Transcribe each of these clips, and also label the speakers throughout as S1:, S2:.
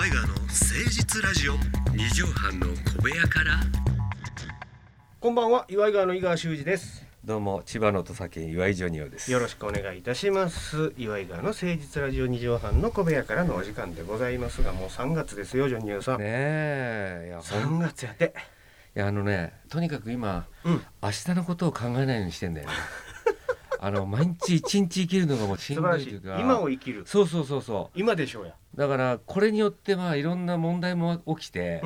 S1: 岩井川の誠実ラジオ。
S2: 二畳半の小部屋から。
S3: こんばんは、岩井川の井川修司です。
S2: どうも、千葉の土佐県岩井ジョニオです。
S3: よろしくお願いいたします。岩井川の誠実ラジオ二畳半の小部屋からのお時間でございますが、もう3月ですよ、ジョニオさん。
S2: ねえ、いや
S3: 3月やって。
S2: いやとにかく今、明日のことを考えないようにしてんだよね。毎日一日生きるのがもうしんどいというか、
S3: 今を生きる。
S2: そう
S3: 今でしょうや。
S2: だからこれによっていろんな問題も起きて、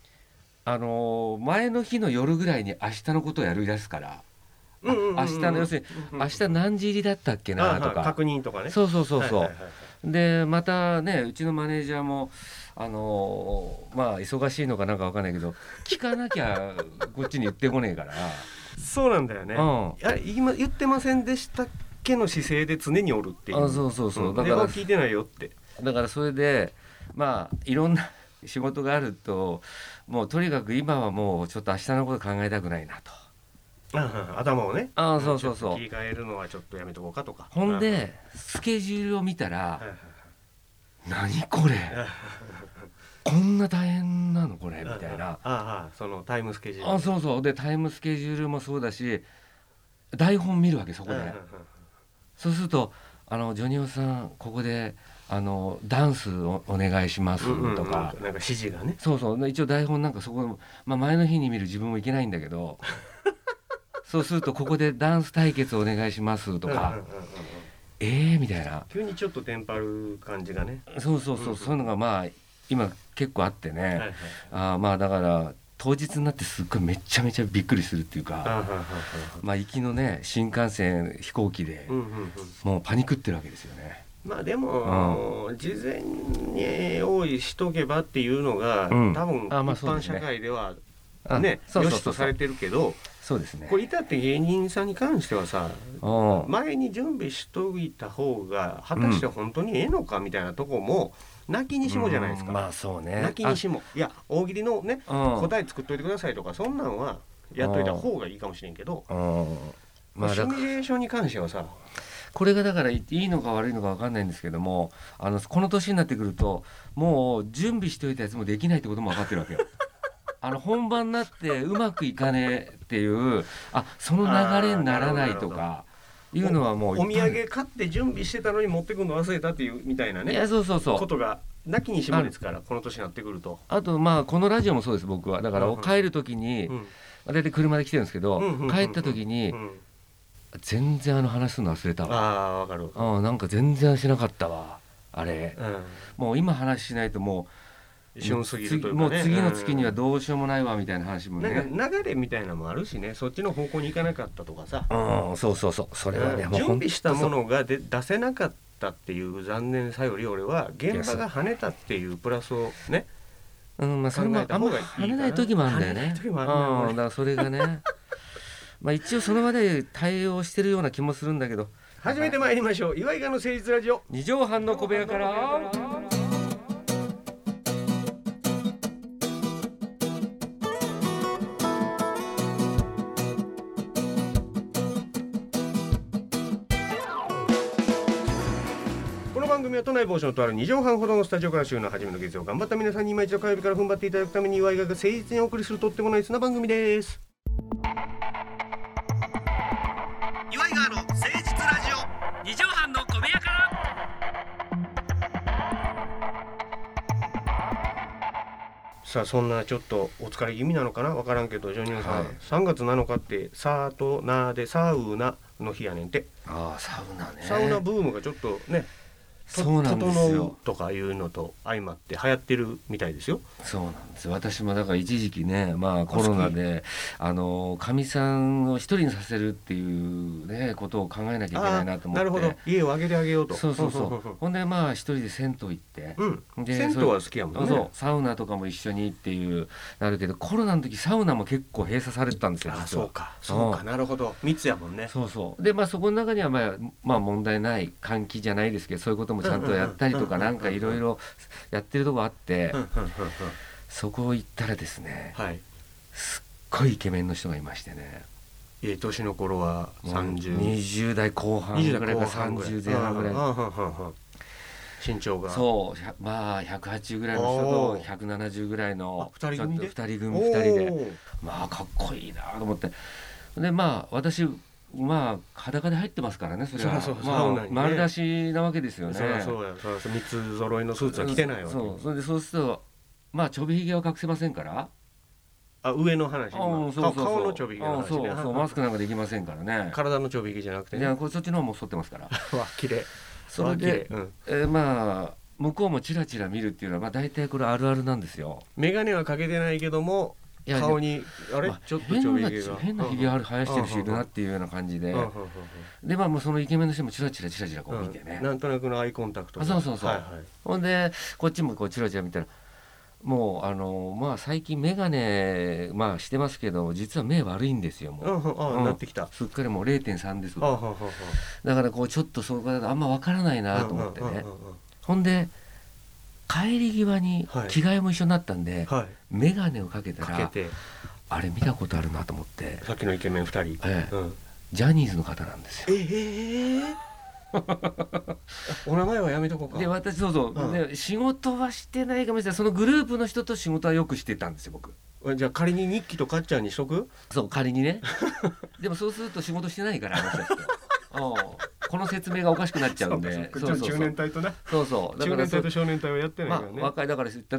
S2: 前の日の夜ぐらいに明日のことをやり出すから、明日の要するに明日何時入りだったっけなとか
S3: 確認とかね。
S2: そうでまたね、うちのマネージャーも忙しいのかなんか分かんないけど、聞かなきゃこっちに言ってこねえから
S3: そうなんだよね、今言ってませんでしたっけの姿勢で常におるっていう。
S2: そうだから
S3: 電話聞いてないよって。
S2: だからそれでいろんな仕事があると、もうとにかく今はもうちょっと明日のこと考えたくないなと。
S3: 頭をね、
S2: そう
S3: 切り替えるのはちょっとやめとこうかとか。
S2: ほんでスケジュールを見たら、何これこんな大変なのこれみたいな。
S3: そのタイムスケジュール。
S2: そうでタイムスケジュールもそうだし、台本見るわけそこで。そうするとジョニオさんここでダンスをお願いしますとか、
S3: なんか指示がね。
S2: そう一応台本なんかそこ、前の日に見る自分もいけないんだけどそうするとここでダンス対決お願いしますとか、みたいな、
S3: 急にちょっとテンパる感じがね。
S2: そういうのが今結構あってね、だから当日になってすっごいめちゃめちゃびっくりするっていうか、行きのね新幹線飛行機でもうパニックってるわけですよね。
S3: でも、事前に用意しとけばっていうのが、多分一般社会ではね、よしとされてるけど、
S2: そうですね。
S3: これ至って芸人さんに関してはさ、前に準備しといた方が果たして本当にええのかみたいなとこも泣きにしもじゃないですか。
S2: そうね。
S3: 泣きにしも、いや大喜利のね、答え作っといてくださいとか、そんなんはやっといた方がいいかもしれんけど、シミュレーションに関してはさ、
S2: これがだからいいのか悪いのか分かんないんですけども、この年になってくるともう準備しておいたやつもできないってことも分かってるわけよ。本番になってうまくいかねえっていう、その流れにならないとかいうのはもう
S3: お土産買って準備してたのに持ってくるの忘れたっていうみたいなね。
S2: いやそう
S3: ことがなきにしもですから、この年になってくると。
S2: あとこのラジオもそうです。僕はだから帰る時に大体車で来てるんですけど、帰った時に全然話すの忘れたわ。
S3: わかる。
S2: なんか全然しなかったわあれ、もう今話しないともう
S3: 瞬過ぎるというかね、
S2: もう次の月にはどうしようもないわみたいな話もね、
S3: なんか流れみたいなのもあるしね、そっちの方向に行かなかったとかさ、
S2: そうそれはね、
S3: 準備したものが出せなかったっていう残念さより、俺は現場が跳ねたっていうプラスをね、
S2: それもあんま跳ねない時もあるんだよね。だからそれがね一応その場で対応してるような気もするんだけど。
S3: 始めてまいりましょう。岩井川の誠実ラジオ
S2: 二畳半の小部屋から。
S3: この番組は都内某所のとある2畳半ほどのスタジオから週の初めの月曜、頑張った皆さんに今一度火曜日から踏ん張っていただくために、岩井川が誠実にお送りするとってもナイスな番組です。
S1: 岩井川の誠実ラジオ。
S2: 二畳半の小部屋から。
S3: さあ、そんなちょっとお疲れ気味なのかな、分からんけど、ジョニオさん、3月7日ってサーとナーでサウナの日やねんて。
S2: サウナね。
S3: サウナブームがちょっとね、
S2: そうなんですよ、
S3: 整うとかいうのと相まって流行ってるみたいですよ。
S2: そうなんです。私もだから一時期ね、コロナでかみさんを一人にさせるっていうねことを考えなきゃいけないなと思って。
S3: なるほど、家をあげてあげようと。
S2: そうほんで一人で銭湯行って、
S3: で銭湯は好きやもんね。
S2: そうサウナとかも一緒にっていうなるけど、コロナの時サウナも結構閉鎖されてたんですよ。
S3: そうか、なるほど、密やもんね。
S2: そうでそこの中には問題ない換気じゃないですけど、そういうこともちゃんとやったりとか、なんかいろいろやってるとこあって、そこ行ったらですね、すっごいイケメンの人がいましてね。
S3: 年の頃は
S2: 20代後半ぐらいか30前半ぐらい
S3: 身長が。
S2: そうまあ180ぐらいの人と170ぐらいの
S3: 2人組で
S2: 2人でまあかっこいいなと思って、でまあ私まあ裸で入ってますからね、それは
S3: そう
S2: まあ丸出しなわけですよね。
S3: そうや3つ揃いのスーツは着てないわけ。
S2: そうするとまあちょびひげは隠せませんから、
S3: 上の話、
S2: 顔のちょびひげの話ね。そうマスクなんかできませんからね。
S3: 体のちょびひげじゃなくてね。
S2: これそっちの方も剃ってますから。
S3: わ綺麗。
S2: それで、まあ向こうもチラチラ見るっていうのはまあ大体これあるあるなんですよ。
S3: 眼鏡はかけてないけども顔にあれ、ちょっとちょびひげが
S2: 変なひげ生やしてる人いるなっていうような感じで、でまあもうそのイケメンの人もチラチラこう見てね、
S3: なんとなくのアイコンタクト。
S2: そうほんでこっちもこうチラチラ見たら、もうまあ最近眼鏡まあしてますけど実は目悪いんですよ。もう
S3: なってきた。
S2: すっかりもう 0.3 です。だからこうちょっとそこがあんま分からないなと思ってね。ほんで帰り際に着替えも一緒になったんで、眼鏡をかけたらあれ見たことあるなと思って、
S3: さっきのイケメン2人、
S2: ジャニーズの方なんですよ。
S3: お名前はやめとこうか。
S2: で私で仕事はしてないかもしれない。そのグループの人と仕事はよくしてたんですよ僕。
S3: じゃあ仮に日記とかっちゃんにしとく？
S2: そう仮にね。でもそうすると仕事してないからあの人たちと。この説明がおかしくなっちゃうんで。
S3: 中年隊とな。中年隊と少年隊はやってないからね。
S2: 若いだから例えば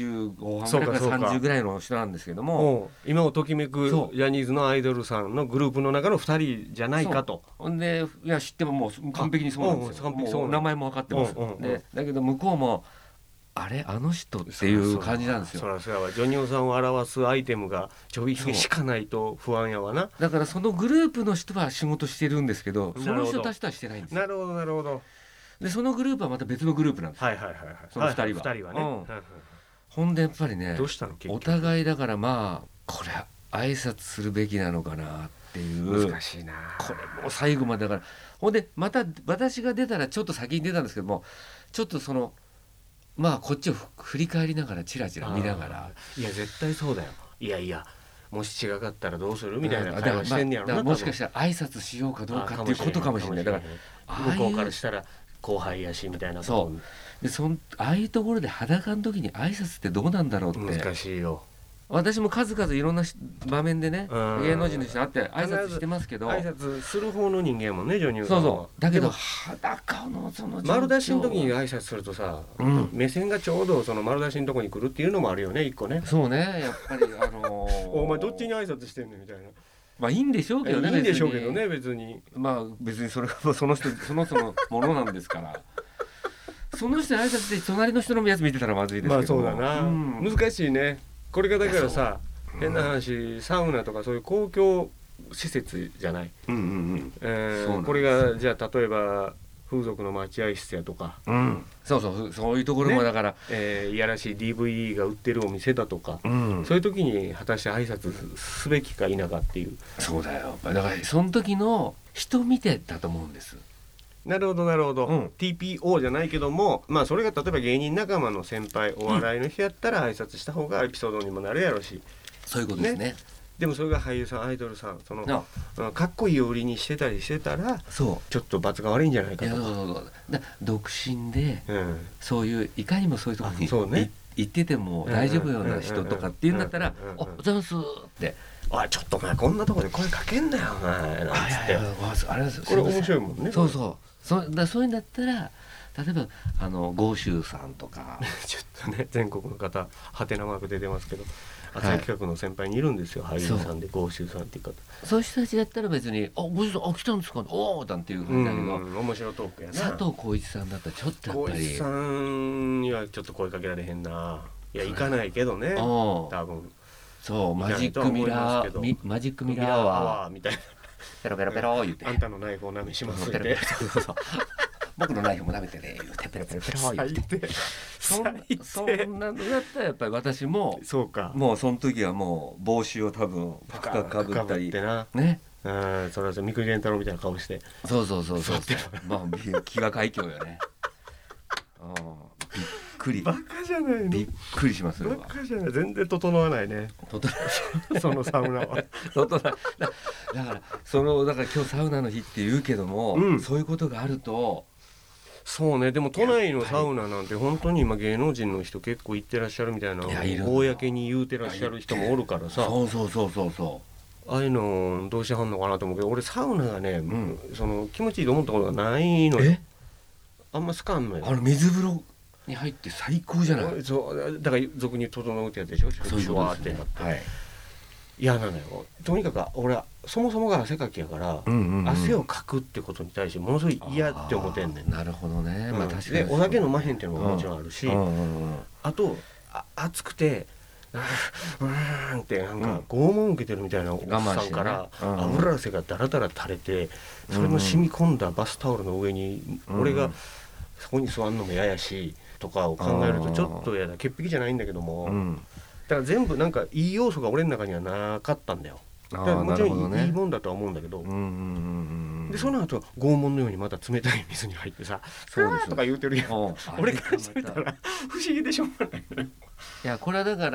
S2: 25半ぐらいから30ぐらいの人なんですけども、
S3: 今をときめくジャニーズのアイドルさんのグループの中の2人じゃないかと。
S2: ほんでいや知ってももう完璧にそうなんですよ。もう名前も分かってます。でだけど向こうもあれあの人っていう感じなんですよ。
S3: そらそうやわ。ジョニオさんを表すアイテムがちょびひげしかないと不安やわな。
S2: だからそのグループの人は仕事してるんですけど、その人たちとはしてないんですよ。
S3: なるほど。
S2: でそのグループはまた別のグループなんですよ。その2人はね。ほんでやっぱりね、お互いだからまあこれ挨拶するべきなのかなっていう。
S3: 難しいな。
S2: これもう最後までだから。ほんでまた私が出たらちょっと先に出たんですけども、ちょっとそのまあこっちを振り返りながらチラチラ見ながら、
S3: いや絶対そうだよ。いやもし違かったらどうするみたいな会話してんねやろな。
S2: もしかしたら挨拶しようかどうかっていうことかもしれない。だから
S3: 向こうからしたら後輩やしみたいな。
S2: そうでああいうところで裸の時に挨拶ってどうなんだろうって。
S3: 難しいよ。
S2: 私も数々いろんな場面でね、芸能人の人に会って挨拶してますけど、
S3: 挨拶する方の人間もね、ジョニオさんは。
S2: そうだけど裸のその
S3: 丸出しの時に挨拶するとさ、目線がちょうどその丸出しのとこに来るっていうのもあるよね、一個ね。
S2: そうね、やっぱり
S3: お前どっちに挨拶してんねんみたいな。
S2: まあいいんでしょうけどね。
S3: いいんでしょうけどね、別に。
S2: まあ別にそれがその人のものなんですから。その人に挨拶して隣の人のやつ見てたらまずいですけど。
S3: まあそうだな。難しいね。これがだからさ、変な話、サウナとかそういう公共施設じゃない。これがじゃあ例えば風俗の待合室やとか、
S2: そういうところもだから、
S3: いやらしい DVD が売ってるお店だとか、そういう時に果たして挨拶すべきか否かっていう。
S2: そうだよ。だからその時の人見てたと思うんです。
S3: なるほど、TPO じゃないけども、まあそれが例えば芸人仲間の先輩、お笑いの人やったら挨拶した方がエピソードにもなるやろし、
S2: そういうことですね。
S3: でもそれが俳優さん、アイドルさん、そのかっこいいを売りにしてたりしてたら、ちょっと罰が悪いんじゃないかとか。
S2: 独身で、そういういかにもそういうところに行ってても大丈夫ような人とかっていうんだったら、おざんすって
S3: おいちょっとお前こんなとこで声かけんなよお前なんつって、これ面白いもんね。
S2: そういうんだったら、例えばゴーシュウさんとか
S3: ちょっとね、全国の方ハテナマーク出てますけど、朝日企画の先輩にいるんですよ、俳優さんでゴーシュウさんっていう方。
S2: そういう人たちだったら別に「ゴーシュウさん来たんですか?」おおなんていう感じだけど、
S3: 面白いトークやな。
S2: 佐藤浩市さんだったらちょっとやっぱり、
S3: 浩市さんにはちょっと声かけられへんな。いや行かないけどね、多分。
S2: そうマジックミラーは
S3: みたいな、
S2: ペロペロペロ言って、
S3: あんたのナイフを舐めしますって
S2: 僕のナイフも舐めてね言ってペロペロペロ言ってそんなのだったらやっぱり私ももうその時はもう帽子を多分深くかぶったりね、
S3: それは三國連太郎みたいな顔して、
S2: そうまあ気が快挙よね。
S3: バカじゃないの。
S2: びっくりしますよ。
S3: バカじゃない、全然整わないね。そのサウナは。
S2: だから今日サウナの日って言うけども、そういうことがあると
S3: そうね。でも都内のサウナなんて本当に今芸能人の人結構行ってらっしゃるみたいな、公に言うてらっしゃる人もおるからさ、
S2: そう
S3: ああいうのどうしはんのかなと思うけど、俺サウナがね、その気持ちいいと思ったことがないのよ。あんま好かんのよ。
S2: 水風呂に入って最高じゃない。
S3: そうだから俗に整うってやつでしょ。
S2: そういうことですね。
S3: 嫌なのよ。とにかく俺はそもそもが汗かきやから、汗をかくってことに対してものすごい嫌って思ってんねん。
S2: なるほどね。まあ確かに。
S3: でお酒飲まへんっていうのももちろんあるし、あと暑くてってなんか拷問受けてるみたいなおっさんから油汗がだらだら垂れて、それの染み込んだバスタオルの上に俺がそこに座るのも嫌やしとかを考えるとちょっと嫌だ。潔癖じゃないんだけども、だから全部なんかいい要素が俺の中にはなかったんだよ。だからもちろんいいもんだとは思うんだけど、でその後拷問のようにまた冷たい水に入ってさ「そうです」とか言うてるやん。俺からしてみたら不思議でしょうがないね。
S2: いやこれはだから、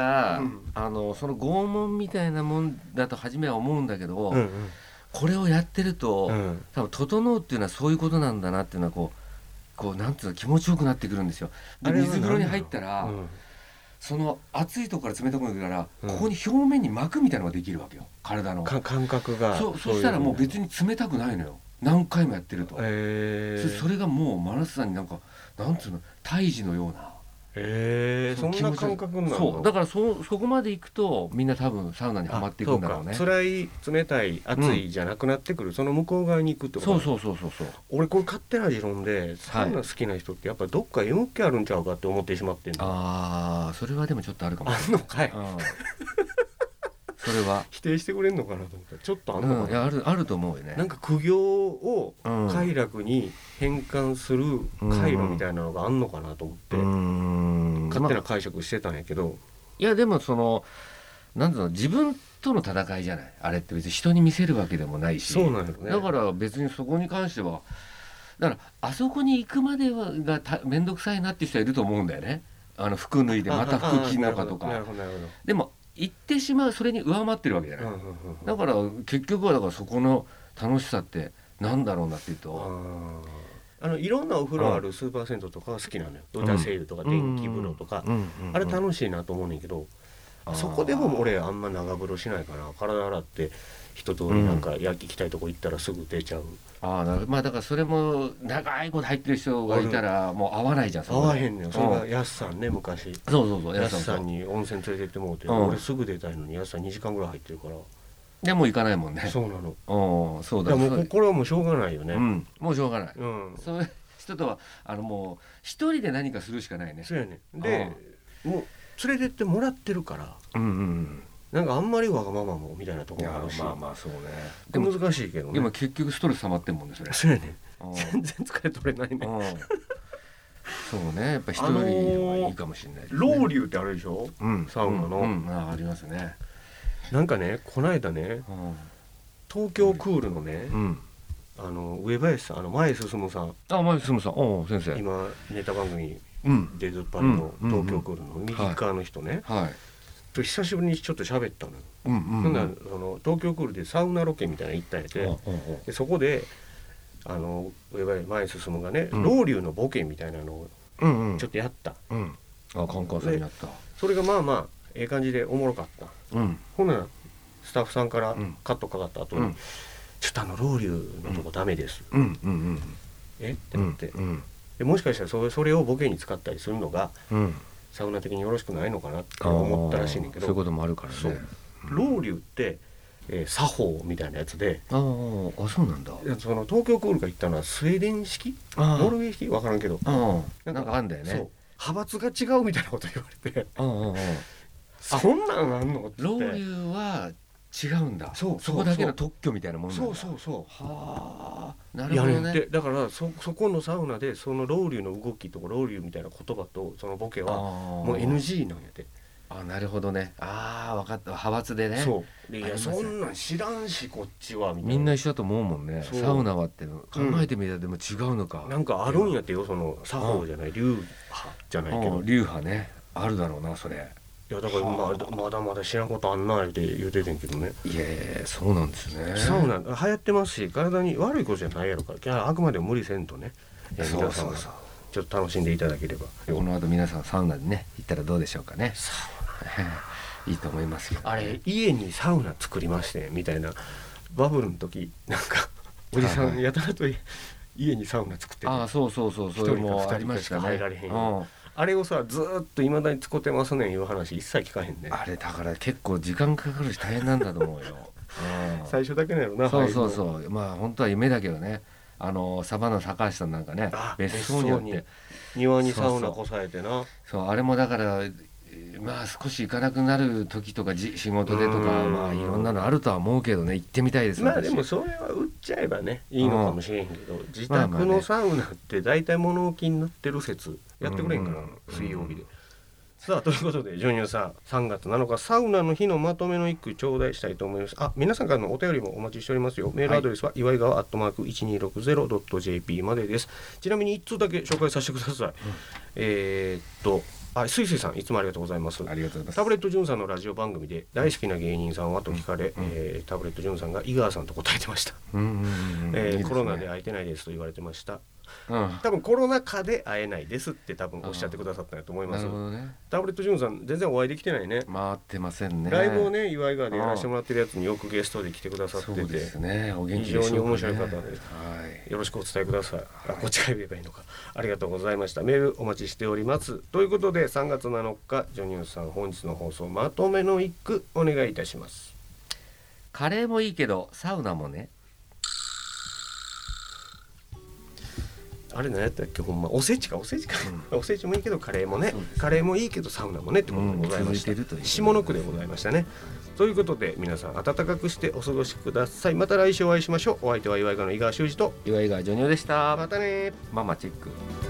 S2: その拷問みたいなもんだと初めは思うんだけど、これをやってると、多分整うっていうのはそういうことなんだなっていうのはこうなんていうの気持ちよくなってくるんですよ。で水風呂に入ったら、その熱いところから冷たくなるから、ここに表面に膜みたいなのができるわけよ、体の
S3: 感覚が。
S2: そしたらもう別に冷たくないのよ、何回もやってると。それがもう真夏さんになんつうの胎児のような。
S3: そんな感覚なの。
S2: そうだからそこまで行くとみんな多分サウナにはまっていくんだろうね。
S3: 辛い冷たい熱いじゃなくなってくる、その向こう側に行くってこと。
S2: そう
S3: 俺これ勝手な持論で、サウナ好きな人ってやっぱどっか M 気あるんちゃうかって思ってしまってんだ。
S2: それはでもちょっとあるかも。
S3: あんのかい。
S2: それは
S3: 否定してくれんのかなと思ったらちょっとあんのかな。
S2: いやあると思うよね。
S3: なんか苦行を快楽に変換する回路みたいなのがあんのかなと思って勝手な解釈してたんやけど、
S2: いやでもなんていうの、自分との戦いじゃない、あれって別に人に見せるわけでもないし。
S3: そうなんよね。
S2: だから別にそこに関してはだからあそこに行くまでが面倒くさいなっていう人はいると思うんだよね。服脱いでまた服着るのかとか。でも行ってしまう、それに上回ってるわけじゃない。だから結局はだからそこの楽しさってなんだろうなっていうと、
S3: いろんなお風呂あるスーパー銭湯とかが好きなのよ。ドジャーセールとか電気風呂とか、あれ楽しいなと思うねんけど、そこでも俺あんま長風呂しないかな。体洗って一通りなんか焼き行きたいとこ行ったらすぐ出ちゃう。
S2: まあだからそれも長いこと入ってる人がいたらもう合わないじゃん。
S3: 合わへんねん。それがやすさんね、昔。
S2: そう
S3: やすさんに温泉連れてってもうて、俺すぐ出たいのにやすさん2時間ぐらい入ってるから。
S2: でもう行かないもんね。
S3: そうなの。
S2: そうだ。
S3: もうこれはもうしょうがないよね。
S2: もうしょうがない。そういう人とはもう一人で何かするしかないね。
S3: そうやね。でもう連れてってもらってるから、なんかあんまりわがままもみたいなところがあるし。
S2: まあそうね。
S3: でも難しいけどね。
S2: でも結局ストレス溜まってんもんね、それ。
S3: そうやね。全然疲れ取れないね。
S2: そうね、やっぱ一人はいいかもしれない。
S3: ロウリュってあるでしょ、サウナの。
S2: ありますね。
S3: なんかね、こないだね、東京クールのね、上林さん、前進さん。
S2: 前進さん、先生。
S3: 今ネタ番組出ずっぱりの東京クールの右側の人ね。と久しぶりにちょっと喋ったのよ。ほんなら東京クールでサウナロケみたいなの行ったんやて、そこで上林前進がね、ロウリュのボケみたいなのをちょっとやった。
S2: カンカンさんにやった。
S3: それがまあまあええ感じでおもろかった。ほんならスタッフさんからカットかかった後に「ちょっとロウリュのとこダメです」えってなって、でもしかしたらそれをボケに使ったりするのがサウナ的によろしくないのかなって思ったらしいねんけど、
S2: そういうこともあるからね。
S3: ロウリュって作法みたいなやつで、
S2: そうなんだ。
S3: その東京クールが行ったのはスウェーデン式、ノルウェー式分からんけど、
S2: なんかあんだよね。
S3: 派閥が違うみたいなこと言われて、そんなんあんのって。
S2: ロウリュは違うんだ。そこだけの特許みたいなもんなんだ。はあ、なるほどね。
S3: だからそこのサウナでそのロウリュの動きとかロウリュみたいな言葉とそのボケはもう NG なんやて。
S2: なるほどね。分かった。派閥でね。
S3: そうで、いやそんなん知らんしこっちはみたいな。
S2: みんな一緒だと思うもんね。サウナはって考えてみたらでも違うのか。
S3: なんかあるんやってよ、その作法じゃない流派じゃないけど。
S2: 流派ね、あるだろうなそれ。
S3: いやだからまだまだ知らんことあんないって言うててんけどね。
S2: いやそうなんですね。
S3: サウナ流行ってますし、体に悪いことじゃないやろから、あくまでも無理せんとね。 皆さんはちょっと楽しんでいただければ。
S2: この後皆さんサウナでね行ったらどうでしょうかね。いいと思いますよ、ね、
S3: あれ家にサウナ作りましてみたいなバブルの時なんかおじさんやたらと家にサウナ作ってて、
S2: そうそれもありましたね。
S3: 入られへんよ、あれをさずっといまだに使ってますねんいう話一切聞かへんね。
S2: あれだから結構時間かかるし大変なんだと思うよ
S3: 最初だけなのな。
S2: そうまあ本当は夢だけどね。サバンナ高橋さんなんかね別荘にあって
S3: 庭にサウナこさえてな。
S2: そうあれもだからまあ少し行かなくなる時とか仕事でとかまあいろんなのあるとは思うけどね行ってみたいです。
S3: まあでもそれは売っちゃえばねいいのかもしれへんけど、自宅のサウナって大体物置になってる説やってくれんかな、水曜日で。さあということでジョニオさん3月7日サウナの日のまとめの一句頂戴したいと思います。皆さんからのお便りもお待ちしておりますよ。メールアドレスは、岩井川@1260.jp までです。ちなみに1通だけ紹介させてください。すいすいさんいつもありがとうございます。
S2: ありがとうございます。
S3: タブレットジュンさんのラジオ番組で大好きな芸人さんはと聞かれ、タブレットジュンさんが井川さんと答えてました。コロナで会えてないですと言われてました。多分コロナ禍で会えないですって多分おっしゃってくださったんやと思います。タブレットジュンさん全然お会いできてないね。
S2: 回ってませんね。
S3: ライブをね岩井川でやらせてもらってるやつによくゲストで来てくださってて、非常に面白い方で、よろしくお伝えください。こっちから言えばいいのか。ありがとうございました。メールお待ちしております。ということで3月7日ジョニオさん本日の放送まとめの一句お願いいたします。
S2: カレーもいいけどサウナもね。
S3: あれ何やったっけほんまおせちか、おせちもいいけどカレーもね、カレーもいいけどサウナもねってことでございました。下の句でございましたね。ということで皆さん暖かくしてお過ごしください。また来週お会いしましょう。お相手は岩井川の井川修司と
S2: 岩井川ジョニオでした。
S3: またね。
S2: ママチェック。